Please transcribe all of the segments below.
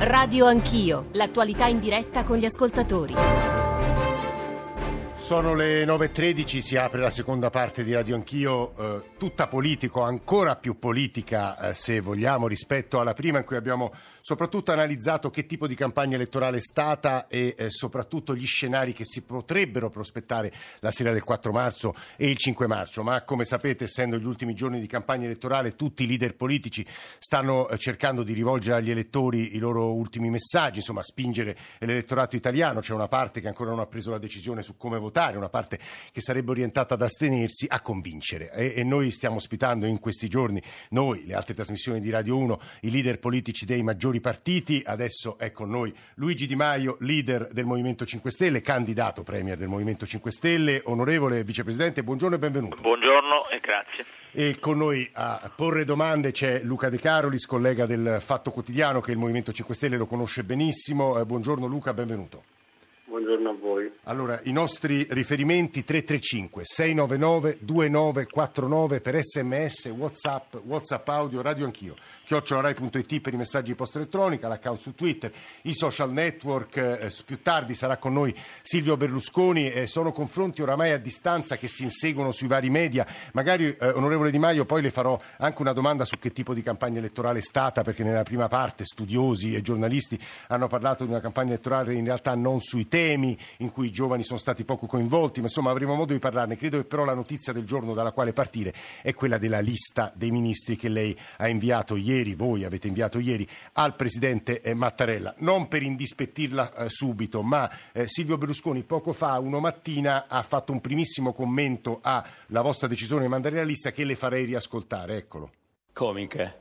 Radio Anch'io, l'attualità in diretta con gli ascoltatori. Sono le 9.13, si apre la seconda parte di Radio Anch'io, tutta politico, ancora più politica se vogliamo rispetto alla prima, in cui abbiamo soprattutto analizzato che tipo di campagna elettorale è stata e soprattutto gli scenari che si potrebbero prospettare la sera del 4 marzo e il 5 marzo. Ma come sapete, essendo gli ultimi giorni di campagna elettorale, tutti i leader politici stanno cercando di rivolgere agli elettori i loro ultimi messaggi, insomma spingere l'elettorato italiano. C'è una parte che ancora non ha preso la decisione su come votare, una parte che sarebbe orientata ad astenersi, a convincere. E noi stiamo ospitando in questi giorni, noi, le altre trasmissioni di Radio 1, i leader politici dei maggiori partiti. Adesso è con noi Luigi Di Maio, leader del Movimento 5 Stelle, candidato premier del Movimento 5 Stelle. Onorevole vicepresidente, buongiorno e benvenuto. Buongiorno e grazie. E con noi a porre domande c'è Luca De Carolis, collega del Fatto Quotidiano, che il Movimento 5 Stelle lo conosce benissimo. Buongiorno Luca, benvenuto. Buongiorno a voi. Allora, i nostri riferimenti 335 699 2949 per SMS, WhatsApp audio, Radio Anch'io, @rai.it per i messaggi di posta elettronica, l'account su Twitter, i social network. Più tardi sarà con noi Silvio Berlusconi. Sono confronti oramai a distanza che si inseguono sui vari media. Magari, onorevole Di Maio, poi le farò anche una domanda su che tipo di campagna elettorale è stata, perché nella prima parte studiosi e giornalisti hanno parlato di una campagna elettorale in realtà non sui temi, in cui i giovani sono stati poco coinvolti, ma insomma avremo modo di parlarne. Credo che però la notizia del giorno dalla quale partire è quella della lista dei ministri che lei ha inviato ieri, voi avete inviato ieri al Presidente Mattarella. Non per indispettirla subito, ma Silvio Berlusconi poco fa, uno mattina, ha fatto un primissimo commento alla vostra decisione di mandare la lista che le farei riascoltare. Eccolo. Comica.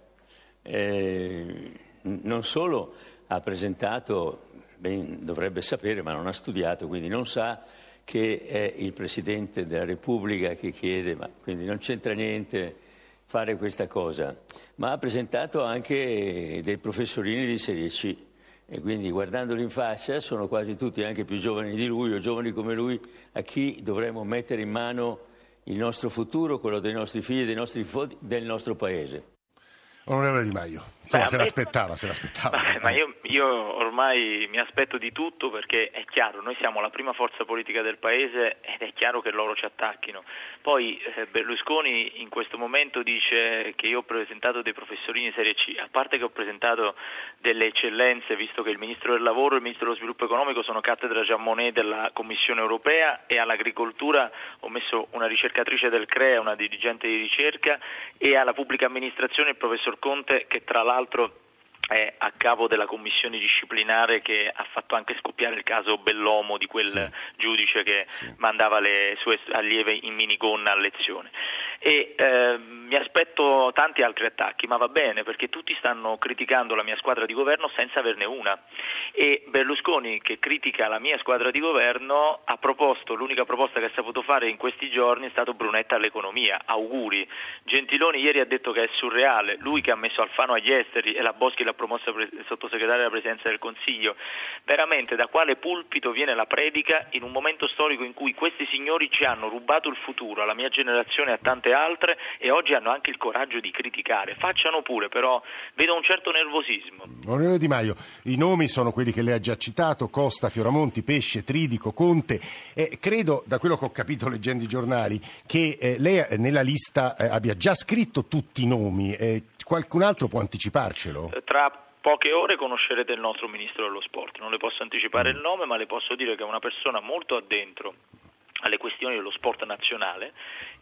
Non solo ha presentato, dovrebbe sapere, ma non ha studiato, quindi non sa che è il Presidente della Repubblica che chiede, ma quindi non c'entra niente fare questa cosa, ma ha presentato anche dei professorini di serie C e quindi guardandoli in faccia sono quasi tutti anche più giovani di lui o giovani come lui, a chi dovremmo mettere in mano il nostro futuro, quello dei nostri figli, dei nostri nipoti, del nostro Paese. Onorevole Di Maio, insomma, se l'aspettava. Ma io ormai mi aspetto di tutto, perché è chiaro, noi siamo la prima forza politica del Paese ed è chiaro che loro ci attacchino. Poi Berlusconi in questo momento dice che io ho presentato dei professorini serie C, a parte che ho presentato delle eccellenze, visto che il Ministro del Lavoro e il Ministro dello Sviluppo Economico sono cattedra Jean Monnet della Commissione Europea, e all'agricoltura ho messo una ricercatrice del CREA, una dirigente di ricerca, e alla pubblica amministrazione il professor Conte, che tra l'altro è a capo della commissione disciplinare che ha fatto anche scoppiare il caso Bellomo, di quel giudice che mandava le sue allieve in minigonna a lezione. E mi aspetto tanti altri attacchi, ma va bene, perché tutti stanno criticando la mia squadra di governo senza averne una, e Berlusconi, che critica la mia squadra di governo, ha proposto, l'unica proposta che ha saputo fare in questi giorni è stato Brunetta all'economia. Auguri. Gentiloni ieri ha detto che è surreale, lui che ha messo Alfano agli esteri e la Boschi l'ha promossa sottosegretario della Presidenza del Consiglio. Veramente, da quale pulpito viene la predica in un momento storico in cui questi signori ci hanno rubato il futuro alla mia generazione e a tante altre, e oggi hanno anche il coraggio di criticare? Facciano pure, però vedo un certo nervosismo. Onorevole Di Maio, i nomi sono quelli che lei ha già citato: Costa, Fioramonti, Pesce, Tridico, Conte. Credo, da quello che ho capito leggendo i giornali, che lei nella lista abbia già scritto tutti i nomi. Qualcun altro può anticiparcelo? Tra poche ore conoscerete il nostro Ministro dello Sport. Non le posso anticipare il nome, ma le posso dire che è una persona molto addentro alle questioni dello sport nazionale,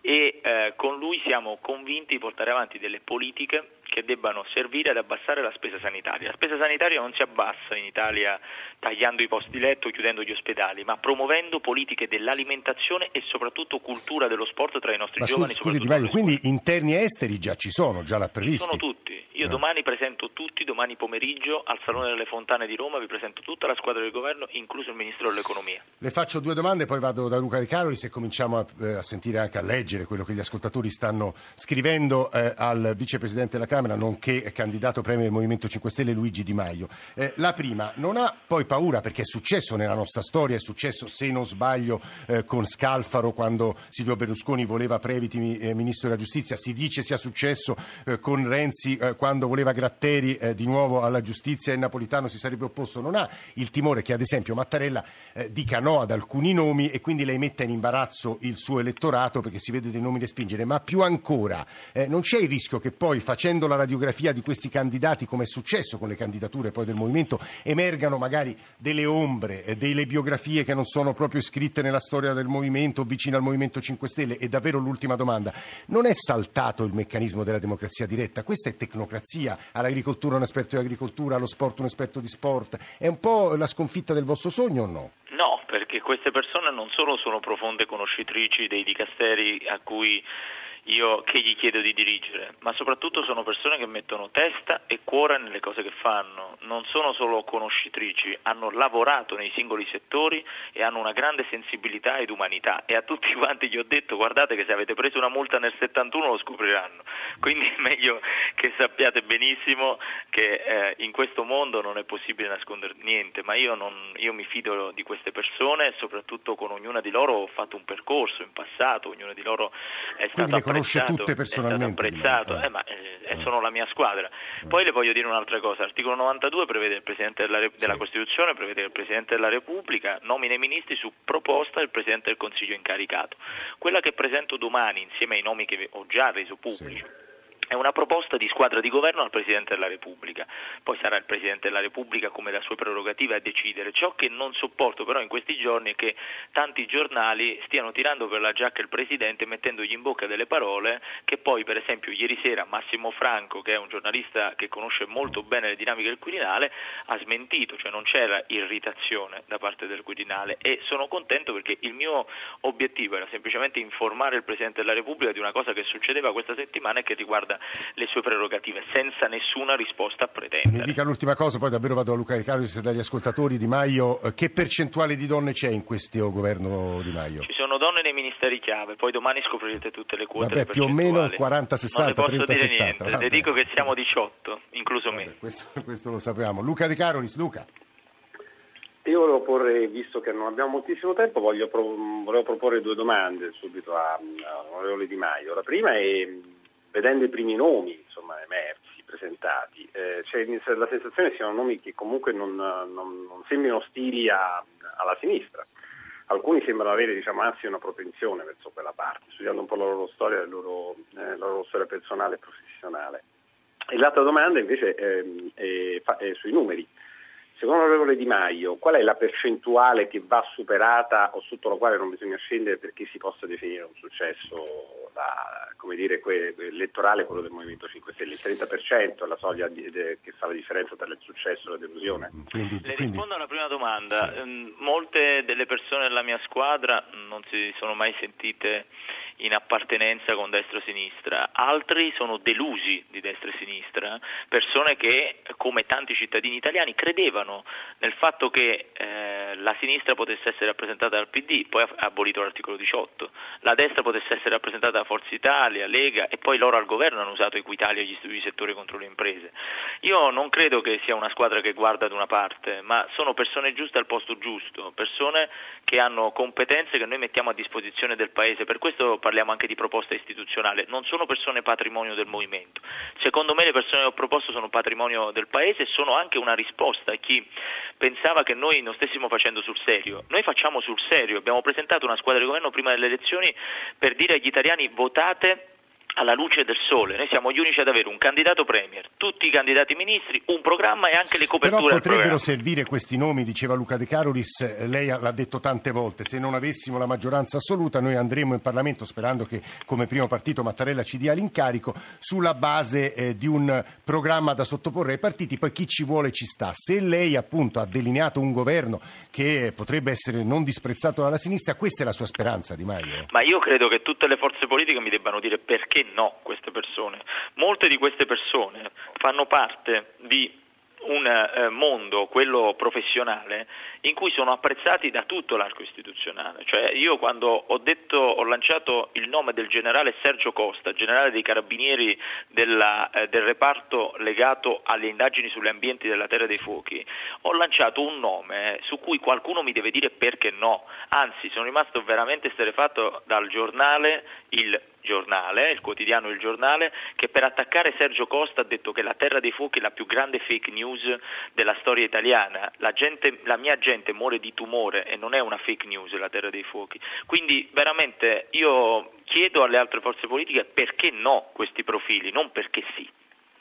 e con lui siamo convinti di portare avanti delle politiche che debbano servire ad abbassare la spesa sanitaria. La spesa sanitaria non si abbassa in Italia tagliando i posti letto, chiudendo gli ospedali, ma promuovendo politiche dell'alimentazione e soprattutto cultura dello sport tra i nostri giovani. Scusi Di Maio, quindi interni e esteri già ci sono, già l'ha previsti? Sono tutti. Io domani presento tutti, domani pomeriggio al Salone delle Fontane di Roma vi presento tutta la squadra del governo, incluso il Ministro dell'Economia. Le faccio due domande, poi vado da Luca De Carolis e cominciamo a sentire, anche a leggere quello che gli ascoltatori stanno scrivendo al vicepresidente della Camera, nonché candidato premier del Movimento 5 Stelle, Luigi Di Maio. La prima, non ha poi paura, perché è successo nella nostra storia, è successo, se non sbaglio, con Scalfaro, quando Silvio Berlusconi voleva Previti ministro della Giustizia, si dice sia successo con Renzi quando voleva Gratteri di nuovo alla giustizia e Napolitano si sarebbe opposto. Non ha il timore che ad esempio Mattarella dica no ad alcuni nomi e quindi lei metta in imbarazzo il suo elettorato perché si vede dei nomi respingere, ma più ancora non c'è il rischio che poi facendo la radiografia di questi candidati, come è successo con le candidature poi del movimento, emergano magari delle ombre, delle biografie che non sono proprio iscritte nella storia del movimento, vicino al Movimento 5 Stelle? E davvero l'ultima domanda: non è saltato il meccanismo della democrazia diretta? Questa è tecnocrazia, all'agricoltura un esperto di agricoltura, allo sport un esperto di sport, è un po' la sconfitta del vostro sogno o no? No, perché queste persone non solo sono profonde conoscitrici dei dicasteri che gli chiedo di dirigere, ma soprattutto sono persone che mettono testa e cuore nelle cose che fanno, non sono solo conoscitrici, hanno lavorato nei singoli settori e hanno una grande sensibilità ed umanità, e a tutti quanti gli ho detto: guardate che se avete preso una multa nel 71 lo scopriranno, quindi è meglio che sappiate benissimo che in questo mondo non è possibile nascondere niente, ma io mi fido di queste persone, soprattutto con ognuna di loro ho fatto un percorso in passato, ognuna di loro è stata conosce tutte personalmente, apprezzato, sono la mia squadra. Poi le voglio dire un'altra cosa: l'articolo 92 prevede il Presidente della Costituzione, prevede che il Presidente della Repubblica nomina i ministri su proposta del Presidente del Consiglio incaricato. Quella che presento domani insieme ai nomi che ho già reso pubblici è una proposta di squadra di governo al Presidente della Repubblica, poi sarà il Presidente della Repubblica come da sue prerogative a decidere. Ciò che non sopporto però in questi giorni è che tanti giornali stiano tirando per la giacca il Presidente, mettendogli in bocca delle parole che poi, per esempio, ieri sera Massimo Franco, che è un giornalista che conosce molto bene le dinamiche del Quirinale, ha smentito, cioè non c'era irritazione da parte del Quirinale, e sono contento perché il mio obiettivo era semplicemente informare il Presidente della Repubblica di una cosa che succedeva questa settimana e che riguarda le sue prerogative, senza nessuna risposta a pretendere. Mi dica l'ultima cosa, poi davvero vado a Luca De Carolis e dagli ascoltatori. Di Maio, che percentuale di donne c'è in questo governo Di Maio? Ci sono donne nei ministeri chiave, poi domani scoprirete tutte le quote. Vabbè, più o meno 40, 60, non le posso 30, dire 70. niente, le dico che siamo 18, incluso me. Questo lo sappiamo. Luca De Carolis, Luca. Io volevo porre, visto che non abbiamo moltissimo tempo, volevo proporre due domande subito all'onorevole Di Maio. La prima è: vedendo i primi nomi emersi, presentati, c'è la sensazione che siano nomi che comunque non sembrino ostili alla sinistra. Alcuni sembrano avere, anzi, una propensione verso quella parte, studiando un po' la loro storia, la loro storia personale e professionale. E l'altra domanda invece è sui numeri. Secondo l'onorevole Di Maio, qual è la percentuale che va superata o sotto la quale non bisogna scendere perché si possa definire un successo elettorale, quello del Movimento 5 Stelle? Il 30% è la soglia che fa la differenza tra il successo e la delusione? Le rispondo alla prima domanda. Molte delle persone della mia squadra non si sono mai sentite in appartenenza con destra o sinistra, altri sono delusi di destra e sinistra, persone che, come tanti cittadini italiani, credevano nel fatto che la sinistra potesse essere rappresentata dal PD, poi ha abolito l'articolo 18, la destra potesse essere rappresentata da Forza Italia, Lega, e poi loro al governo hanno usato Equitalia e gli studi di settore contro le imprese. Io non credo che sia una squadra che guarda da una parte, ma sono persone giuste al posto giusto, persone che hanno competenze che noi mettiamo a disposizione del Paese. Per questo parliamo anche di proposta istituzionale, non sono persone patrimonio del movimento. Secondo me le persone che ho proposto sono patrimonio del Paese e sono anche una risposta a chi pensava che noi non stessimo facendo sul serio. Noi facciamo sul serio, abbiamo presentato una squadra di governo prima delle elezioni per dire agli italiani: votate alla luce del sole. Noi siamo gli unici ad avere un candidato premier, tutti i candidati ministri, un programma e anche le coperture. Però potrebbero servire questi nomi, diceva Luca De Carolis, lei l'ha detto tante volte: se non avessimo la maggioranza assoluta noi andremo in Parlamento, sperando che come primo partito Mattarella ci dia l'incarico, sulla base di un programma da sottoporre ai partiti, poi chi ci vuole ci sta. Se lei appunto ha delineato un governo che potrebbe essere non disprezzato dalla sinistra, questa è la sua speranza, Di Maio? Ma io credo che tutte le forze politiche mi debbano dire perché no queste persone. Molte di queste persone fanno parte di un mondo, quello professionale, in cui sono apprezzati da tutto l'arco istituzionale. Cioè io quando ho lanciato il nome del generale Sergio Costa, generale dei carabinieri del reparto legato alle indagini sugli ambienti della Terra dei Fuochi, ho lanciato un nome su cui qualcuno mi deve dire perché no. Anzi, sono rimasto veramente esterrefatto dal giornale, il giornale, il quotidiano Il Giornale, che per attaccare Sergio Costa ha detto che la Terra dei Fuochi è la più grande fake news della storia italiana. La mia gente muore di tumore e non è una fake news la Terra dei Fuochi. Quindi veramente io chiedo alle altre forze politiche perché no questi profili, non perché sì.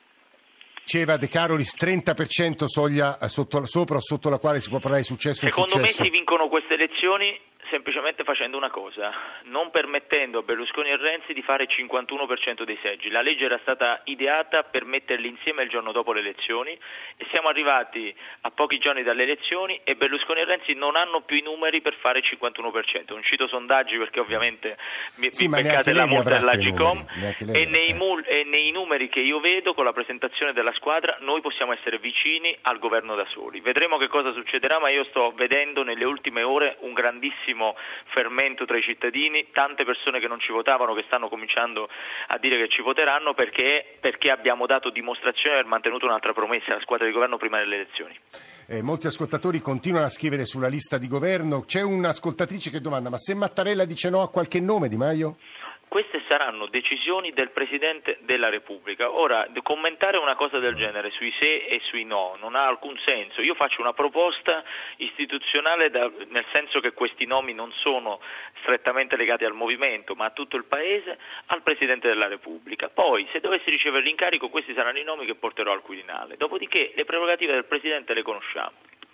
Diceva De Carolis, 30% soglia sopra o sotto la quale si può parlare di successo o Secondo insuccesso. me si vincono queste elezioni semplicemente facendo una cosa, non permettendo a Berlusconi e Renzi di fare il 51% dei seggi. La legge era stata ideata per metterli insieme il giorno dopo le elezioni e siamo arrivati a pochi giorni dalle elezioni e Berlusconi e Renzi non hanno più i numeri per fare il 51%. Non cito sondaggi perché ovviamente mi beccate la multa dell'Agcom e nei numeri che io vedo con la presentazione della squadra noi possiamo essere vicini al governo da soli. Vedremo che cosa succederà, ma io sto vedendo nelle ultime ore un grandissimo fermento tra i cittadini, tante persone che non ci votavano che stanno cominciando a dire che ci voteranno perché abbiamo dato dimostrazione di aver mantenuto un'altra promessa, la squadra di governo prima delle elezioni. Molti ascoltatori continuano a scrivere sulla lista di governo. C'è un'ascoltatrice che domanda: ma se Mattarella dice no a qualche nome, Di Maio? Queste saranno decisioni del Presidente della Repubblica. Ora, commentare una cosa del genere sui se e sui no non ha alcun senso. Io faccio una proposta istituzionale nel senso che questi nomi non sono strettamente legati al movimento, ma a tutto il Paese, al Presidente della Repubblica. Poi, se dovessi ricevere l'incarico, questi saranno i nomi che porterò al Quirinale. Dopodiché, le prerogative del Presidente le conosciamo.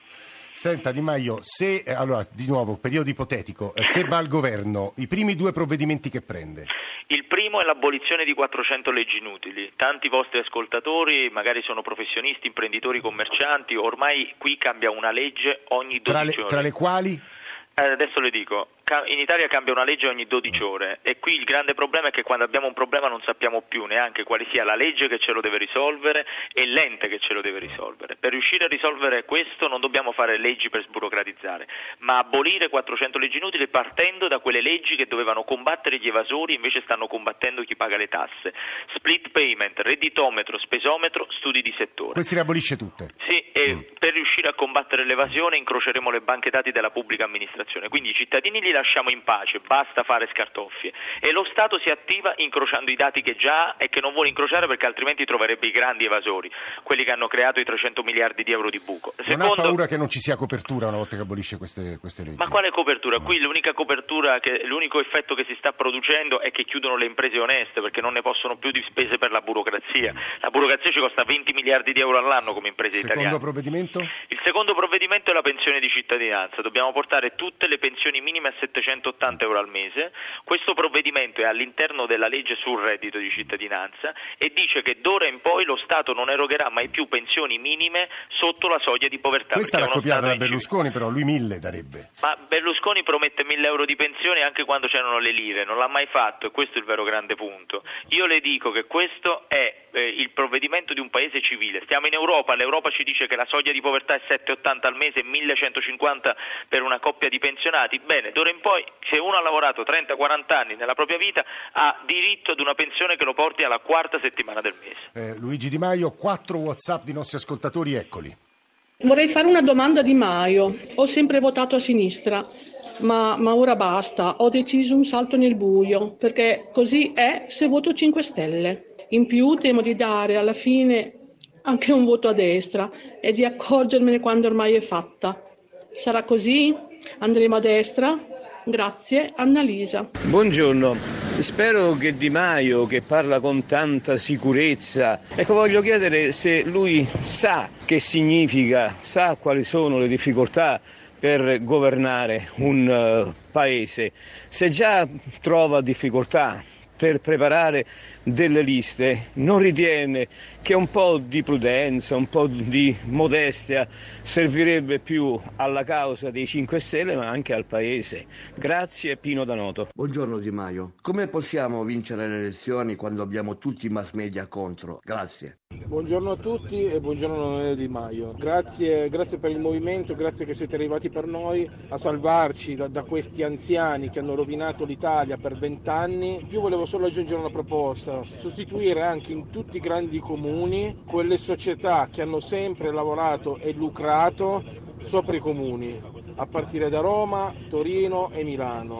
Senta Di Maio, allora di nuovo, periodo ipotetico, se va al governo, i primi 2 provvedimenti che prende? Il primo è l'abolizione di 400 leggi inutili. Tanti vostri ascoltatori magari sono professionisti, imprenditori, commercianti, ormai qui cambia una legge ogni 12 ore. Tra le quali? Adesso le dico, in Italia cambia una legge ogni 12 ore e qui il grande problema è che quando abbiamo un problema non sappiamo più neanche quale sia la legge che ce lo deve risolvere e l'ente che ce lo deve risolvere. Per riuscire a risolvere questo non dobbiamo fare leggi per sburocratizzare, ma abolire 400 leggi inutili partendo da quelle leggi che dovevano combattere gli evasori, invece stanno combattendo chi paga le tasse. Split payment, redditometro, spesometro, studi di settore. Questi le abolisce tutte? Sì, e per riuscire a combattere l'evasione incroceremo le banche dati della pubblica amministrazione. Quindi i cittadini li lasciamo in pace, basta fare scartoffie e lo Stato si attiva incrociando i dati che già ha e che non vuole incrociare perché altrimenti troverebbe i grandi evasori, quelli che hanno creato i 300 miliardi di euro di buco. Non ha paura che non ci sia copertura una volta che abolisce queste leggi? Ma quale copertura? Qui l'unica copertura, l'unico effetto che si sta producendo è che chiudono le imprese oneste perché non ne possono più di spese per la burocrazia. La burocrazia ci costa 20 miliardi di euro all'anno come imprese italiane. Secondo provvedimento? Il secondo provvedimento è la pensione di cittadinanza. Dobbiamo portare tutte le pensioni minime a 780 euro al mese. Questo provvedimento è all'interno della legge sul reddito di cittadinanza e dice che d'ora in poi lo Stato non erogherà mai più pensioni minime sotto la soglia di povertà. Questa l'ha copiata da Berlusconi, però lui 1.000 darebbe. Ma Berlusconi promette 1.000 euro di pensione anche quando c'erano le lire, non l'ha mai fatto e questo è il vero grande punto. Io le dico che questo è il provvedimento di un paese civile. Stiamo in Europa, l'Europa ci dice che la soglia di povertà è 7,80 al mese e 1.150 per una coppia di pensionati. Bene, d'ora in poi se uno ha lavorato 30-40 anni nella propria vita ha diritto ad una pensione che lo porti alla 4ª settimana del mese. Luigi Di Maio, 4 WhatsApp di nostri ascoltatori, eccoli. Vorrei fare una domanda a Di Maio. Ho sempre votato a sinistra, ma ora basta. Ho deciso un salto nel buio, perché così è se voto 5 Stelle. In più temo di dare alla fine anche un voto a destra e di accorgermene quando ormai è fatta. Sarà così? Andremo a destra? Grazie, Annalisa. Buongiorno, spero che Di Maio, che parla con tanta sicurezza, voglio chiedere se lui sa che significa, sa quali sono le difficoltà per governare un paese, se già trova difficoltà per preparare delle liste, non ritiene che un po' di prudenza, un po' di modestia servirebbe più alla causa dei 5 Stelle ma anche al Paese? Grazie, Pino Danoto. Buongiorno Di Maio. Come possiamo vincere le elezioni quando abbiamo tutti i mass media contro? Grazie. Buongiorno a tutti e buongiorno onorevole Di Maio. Grazie per il movimento, grazie che siete arrivati per noi a salvarci da questi anziani che hanno rovinato l'Italia per 20 anni. In più volevo solo aggiungere una proposta, sostituire anche in tutti i grandi comuni quelle società che hanno sempre lavorato e lucrato sopra i comuni, a partire da Roma, Torino e Milano.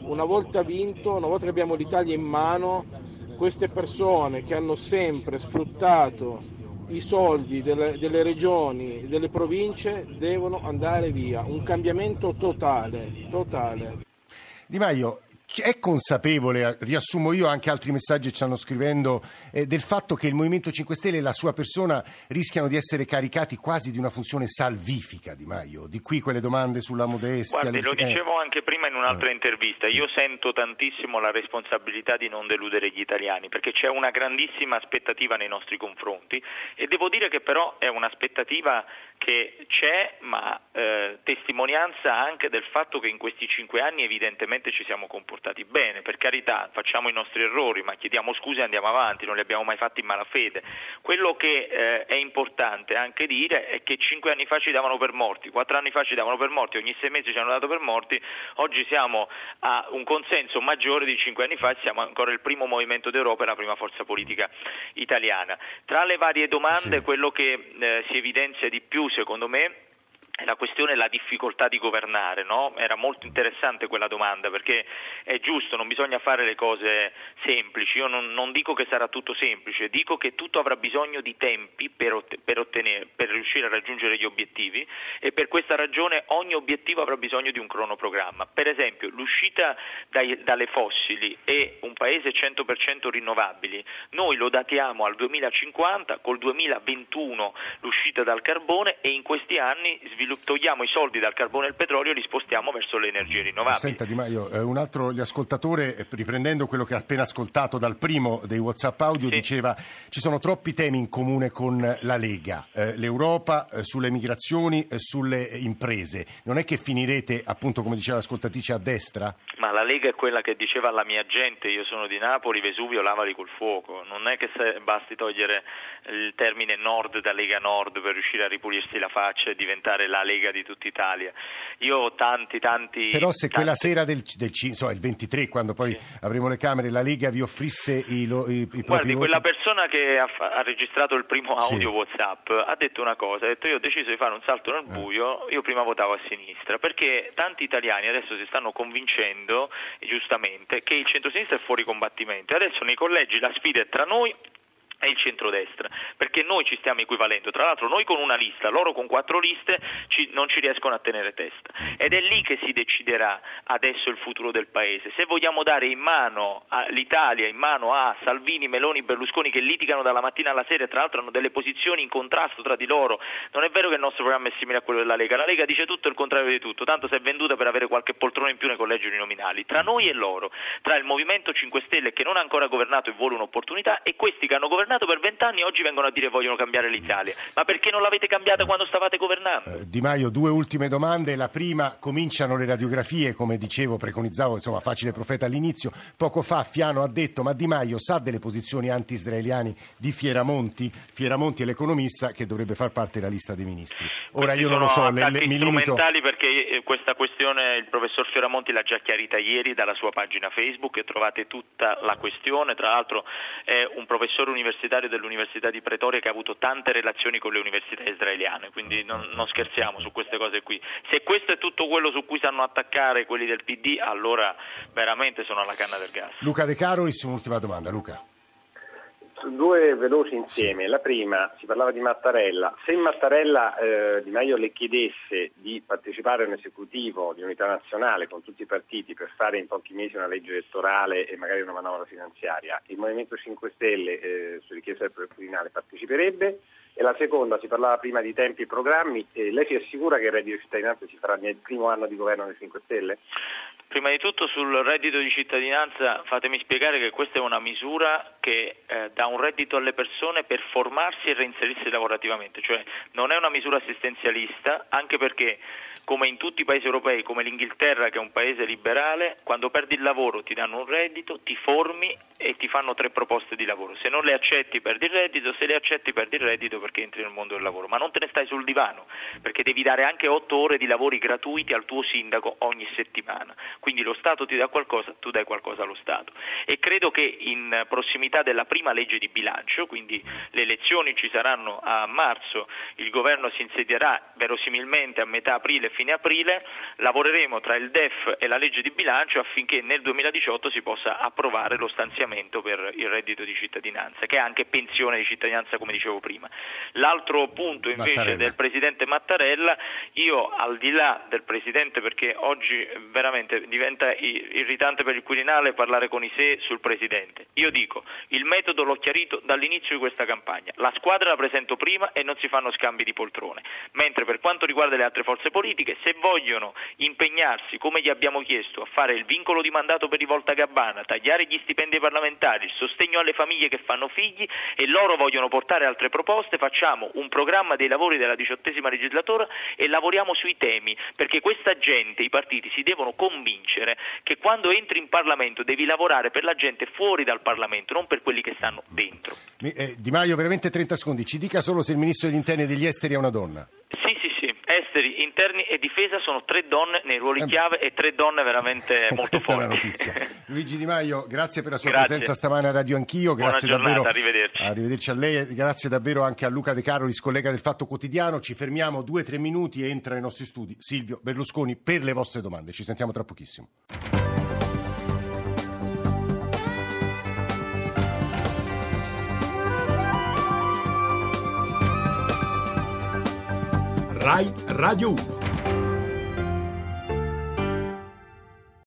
una volta vinto, una volta che abbiamo l'Italia in mano, queste persone che hanno sempre sfruttato i soldi delle regioni, delle province, devono andare via. Un cambiamento totale. Di Maio è consapevole, riassumo io, anche altri messaggi ci stanno scrivendo, del fatto che il Movimento 5 Stelle e la sua persona rischiano di essere caricati quasi di una funzione salvifica, Di Maio? Di qui quelle domande sulla modestia. Guardi, lo dicevo anche prima in un'altra intervista, io sento tantissimo la responsabilità di non deludere gli italiani, perché c'è una grandissima aspettativa nei nostri confronti e devo dire che però è un'aspettativa che c'è, ma testimonianza anche del fatto che in questi 5 anni evidentemente ci siamo comportati bene. Per carità, facciamo i nostri errori, ma chiediamo scusa e andiamo avanti, non li abbiamo mai fatti in malafede. Quello che è importante anche dire è che 5 anni fa ci davano per morti, 4 anni fa ci davano per morti, ogni 6 mesi ci hanno dato per morti, oggi siamo a un consenso maggiore di 5 anni fa e siamo ancora il primo movimento d'Europa e la prima forza politica italiana. Tra le varie domande, quello che si evidenzia di più, secondo me, la questione è la difficoltà di governare, no? Era molto interessante quella domanda, perché è giusto, non bisogna fare le cose semplici. Io non dico che sarà tutto semplice, dico che tutto avrà bisogno di tempi per riuscire a raggiungere gli obiettivi, e per questa ragione ogni obiettivo avrà bisogno di un cronoprogramma. Per esempio, l'uscita dalle fossili e un paese 100% rinnovabili, noi lo datiamo al 2050, col 2021 l'uscita dal carbone, e in questi anni togliamo i soldi dal carbone e il petrolio e li spostiamo verso le energie rinnovabili. Senta Di Maio, un altro ascoltatore, riprendendo quello che ha appena ascoltato dal primo dei WhatsApp audio, diceva: ci sono troppi temi in comune con la Lega, l'Europa, sulle migrazioni, sulle imprese. Non è che finirete, appunto, come diceva l'ascoltatrice, a destra? Ma la Lega è quella che diceva alla mia gente: io sono di Napoli, Vesuvio lavali col fuoco. Non è che basti togliere il termine Nord da Lega Nord per riuscire a ripulirsi la faccia e diventare la Lega di tutta Italia. Io ho tanti. Però se quella sera il 23, quando poi avremo le Camere, la Lega vi offrisse i propri Guardi, voti? quella persona che ha registrato il primo audio WhatsApp ha detto una cosa, ha detto: io ho deciso di fare un salto nel buio, io prima votavo a sinistra, perché tanti italiani adesso si stanno convincendo, giustamente, che il centrosinistra è fuori combattimento. Adesso nei collegi la sfida è tra noi è il centrodestra, perché noi ci stiamo equivalendo, tra l'altro noi con una lista, loro con 4 liste non ci riescono a tenere testa, ed è lì che si deciderà adesso il futuro del paese. Se vogliamo dare in mano l'Italia, in mano a Salvini, Meloni, Berlusconi, che litigano dalla mattina alla sera e tra l'altro hanno delle posizioni in contrasto tra di loro. Non è vero che il nostro programma è simile a quello della Lega, la Lega dice tutto e il contrario di tutto, tanto si è venduta per avere qualche poltrona in più nei collegi uninominali. Tra noi e loro, tra il Movimento 5 Stelle che non ha ancora governato e vuole un'opportunità, e questi che hanno governato per 20 anni oggi vengono a dire vogliono cambiare l'Italia. Ma perché non l'avete cambiata quando stavate governando? Di Maio, 2 ultime domande. La prima: cominciano le radiografie, come dicevo, preconizzavo, insomma, facile profeta all'inizio. Poco fa Fiano ha detto: ma Di Maio sa delle posizioni anti-israeliani di Fieramonti è l'economista che dovrebbe far parte della lista dei ministri. Ora io non lo so, mi limito... perché questa questione il professor Fioramonti l'ha già chiarita ieri dalla sua pagina Facebook, e trovate tutta la questione. Tra l'altro è un professore universitario dell'Università di Pretoria che ha avuto tante relazioni con le università israeliane, quindi non scherziamo su queste cose qui. Se questo è tutto quello su cui sanno attaccare quelli del PD, allora veramente sono alla canna del gas. Luca De Carolis, un'ultima domanda. Luca. 2 veloci insieme. La prima, si parlava di Mattarella. Se Mattarella Di Maio le chiedesse di partecipare a un esecutivo di unità nazionale con tutti i partiti per fare in pochi mesi una legge elettorale e magari una manovra finanziaria, il Movimento 5 Stelle su richiesta del Quirinale parteciperebbe? E la seconda, si parlava prima di tempi e programmi, lei si assicura che il reddito di cittadinanza si farà nel primo anno di governo dei 5 Stelle? Prima di tutto sul reddito di cittadinanza fatemi spiegare che questa è una misura che dà un reddito alle persone per formarsi e reinserirsi lavorativamente, cioè non è una misura assistenzialista, anche perché come in tutti i paesi europei, come l'Inghilterra che è un paese liberale, quando perdi il lavoro ti danno un reddito, ti formi e ti fanno 3 proposte di lavoro. Se non le accetti perdi il reddito, se le accetti perdi il reddito perché entri nel mondo del lavoro, ma non te ne stai sul divano, perché devi dare anche 8 ore di lavori gratuiti al tuo sindaco ogni settimana. Quindi lo Stato ti dà qualcosa, tu dai qualcosa allo Stato. E credo che in prossimità all'esiguità della prima legge di bilancio, quindi le elezioni ci saranno a marzo, il governo si insedierà verosimilmente a metà aprile, fine aprile, lavoreremo tra il DEF e la legge di bilancio affinché nel 2018 si possa approvare lo stanziamento per il reddito di cittadinanza, che è anche pensione di cittadinanza, come dicevo prima. L'altro punto invece del Presidente Mattarella, io al di là del Presidente, perché oggi veramente diventa irritante per il Quirinale parlare con i sé sul Presidente, io dico, il metodo l'ho chiarito dall'inizio di questa campagna, la squadra la presento prima e non si fanno scambi di poltrone, mentre per quanto riguarda le altre forze politiche, se vogliono impegnarsi, come gli abbiamo chiesto, a fare il vincolo di mandato per i Voltagabbana, tagliare gli stipendi parlamentari, il sostegno alle famiglie che fanno figli, e loro vogliono portare altre proposte, facciamo un programma dei lavori della 18ª legislatura e lavoriamo sui temi, perché questa gente, i partiti, si devono convincere che quando entri in Parlamento devi lavorare per la gente fuori dal Parlamento, non per quelli che stanno dentro. Di Maio, veramente 30 secondi, ci dica solo se il Ministro degli Interni e degli Esteri è una donna. Sì, esteri, interni e difesa sono 3 donne nei ruoli chiave e 3 donne veramente molto forti. Questa è la notizia. Luigi Di Maio, grazie per la sua presenza stamane a Radio Anch'io. Grazie Buona giornata, davvero. arrivederci. Arrivederci a lei, grazie davvero anche a Luca De Carolis, collega del Fatto Quotidiano. Ci fermiamo 2-3 minuti e entra nei nostri studi Silvio Berlusconi per le vostre domande. Ci sentiamo tra pochissimo. Rai Radio 1.